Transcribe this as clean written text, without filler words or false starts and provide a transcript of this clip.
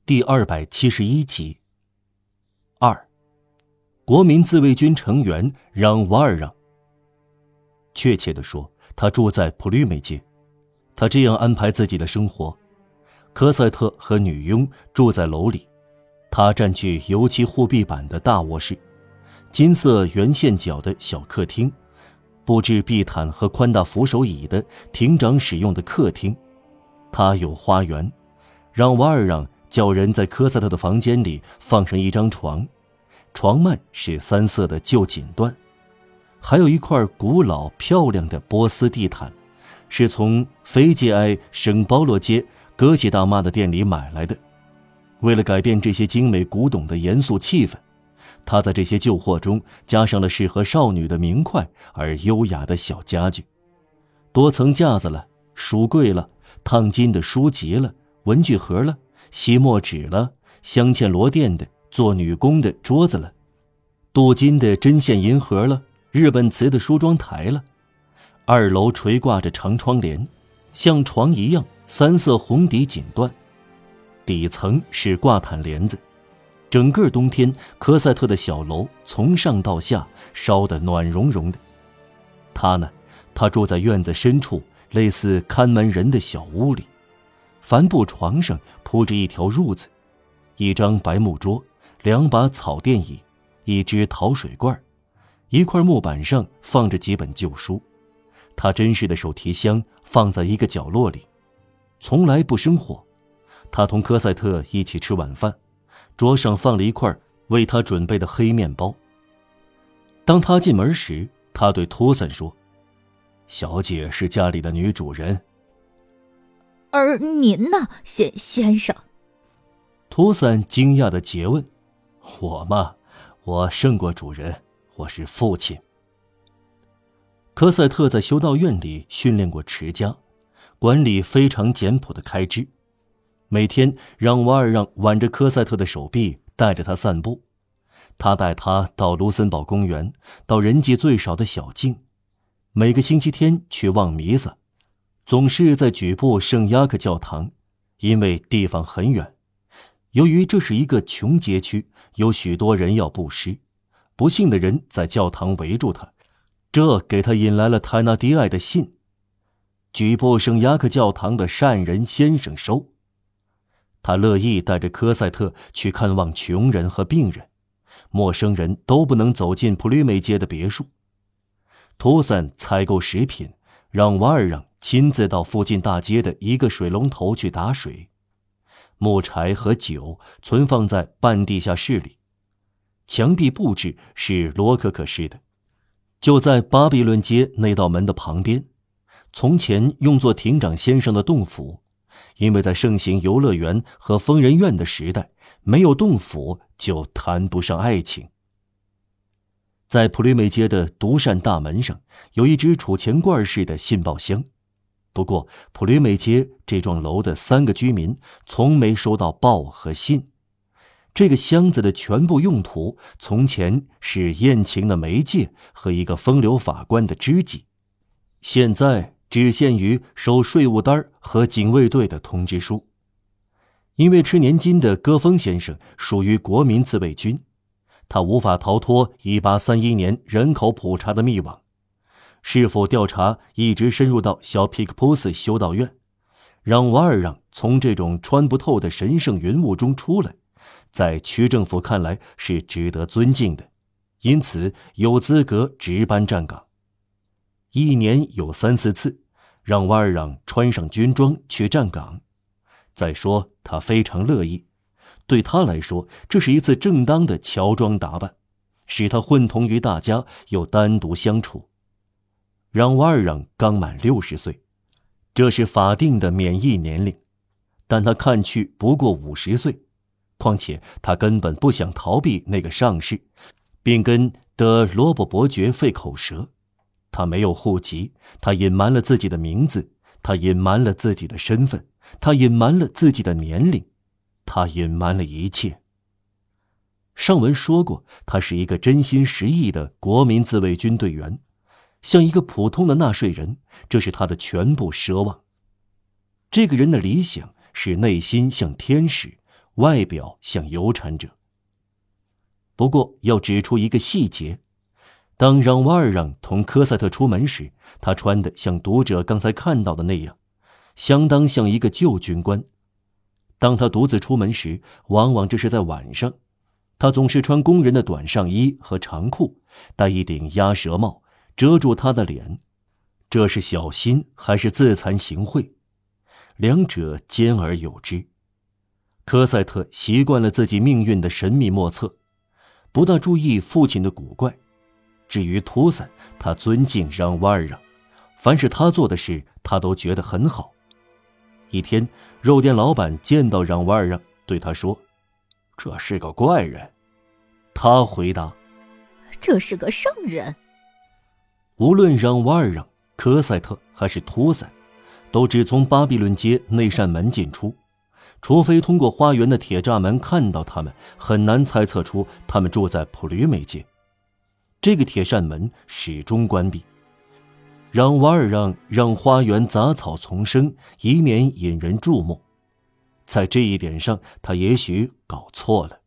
第271集。2. 国民自卫军成员让瓦尔让。确切地说，他住在普吕美街。他这样安排自己的生活：科赛特和女佣住在楼里，他占据油漆护壁板的大卧室，金色圆线角的小客厅，布置地毯和宽大扶手椅的庭长使用的客厅。他有花园，让瓦尔让叫人在科赛特的房间里放上一张床，床幔是3色的旧锦缎，还有一块古老漂亮的波斯地毯，是从菲杰埃圣保罗街戈西大妈的店里买来的。为了改变这些精美古董的严肃气氛，他在这些旧货中加上了适合少女的明快而优雅的小家具，多层架子了，书柜了，烫金的书籍了，文具盒了，吸墨纸了，镶嵌罗甸的做女工的桌子了，镀金的针线银盒了，日本瓷的梳妆台了。2楼垂挂着长窗帘，像床一样3色红底锦缎，底层是挂毯帘子。整个冬天，科赛特的小楼从上到下烧得暖融融的。他住在院子深处类似看门人的小屋里，帆布床上铺着一条褥子，一张白木桌，2把草垫椅，一只陶水罐，一块木板上放着几本旧书。他珍视的手提箱放在一个角落里，从来不生火。他同科赛特一起吃晚饭，桌上放了一块为他准备的黑面包。当他进门时，他对托森说：“小姐是家里的女主人。” 而您呢，先生？ 托森惊讶地诘问：“我嘛，我胜过主人，我是父亲。”科赛特在修道院里训练过持家，管理非常简朴的开支。每天让瓦尔让挽着科赛特的手臂，带着他散步。他带他到卢森堡公园，到人迹最少的小径。每个星期天去望弥撒，总是在举步圣雅克教堂，因为地方很远。由于这是一个穷街区，有许多人要布施，不幸的人在教堂围住他，这给他引来了泰纳迪埃的信。举步圣雅克教堂的善人先生收。他乐意带着科赛特去看望穷人和病人，陌生人都不能走进普吕美街的别墅。托森采购食品，让瓦尔让亲自到附近大街的一个水龙头去打水。木柴和酒存放在半地下室里，墙壁布置是罗可可式的，就在巴比伦街那道门的旁边。从前用作庭长先生的洞府，因为在盛行游乐园和疯人院的时代，没有洞府就谈不上爱情。在普吕美街的独扇大门上有一只储钱罐式的信报箱，不过普吕美街这幢楼的3个居民从没收到报和信。这个箱子的全部用途从前是宴情的媒介和一个风流法官的知己，现在只限于收税务单和警卫队的通知书。因为吃年金的戈峰先生属于国民自卫军，他无法逃脱1831年人口普查的密网。市府调查一直深入到小皮克普斯修道院，让瓦尔让从这种穿不透的神圣云雾中出来，在区政府看来是值得尊敬的，因此有资格值班站岗。1年有3-4次，让瓦尔让穿上军装去站岗。再说他非常乐意，对他来说这是一次正当的乔装打扮，使他混同于大家又单独相处。让瓦尔让刚满60岁，这是法定的免役年龄，但他看去不过50岁。况且他根本不想逃避那个上士，并跟德罗伯伯爵费口舌。他没有户籍，他隐瞒了自己的名字，他隐瞒了自己的身份，他隐瞒了自己的年龄，他隐瞒了一切。上文说过，他是一个真心实意的国民自卫军队员，像一个普通的纳税人，这是他的全部奢望。这个人的理想是内心像天使， 外表像有产者。不过要指出一个细节，当让瓦尔让同科赛特出门时，他穿的像读者刚才看到的那样，相当像一个旧军官。当他独自出门时，往往这是在晚上，他总是穿工人的短上衣和长裤，戴一顶鸭舌帽，遮住他的脸。这是小心还是自惭形秽？两者兼而有之。科赛特习惯了自己命运的神秘莫测，不大注意父亲的古怪。至于图森，他尊敬让瓦尔让，凡是他做的事，他都觉得很好。一天，肉店老板见到让瓦尔让，对他说：“这是个怪人。”他回答：“ 这是个圣人。” 无论让瓦尔让、科赛特还是图森，都只从巴比伦街那扇门进出，除非通过花园的铁栅门看到他们，很难猜测出他们住在普吕美街。这个铁扇门始终关闭，让瓦尔让花园杂草丛生，以免引人注目。在这一点上，他也许搞错了。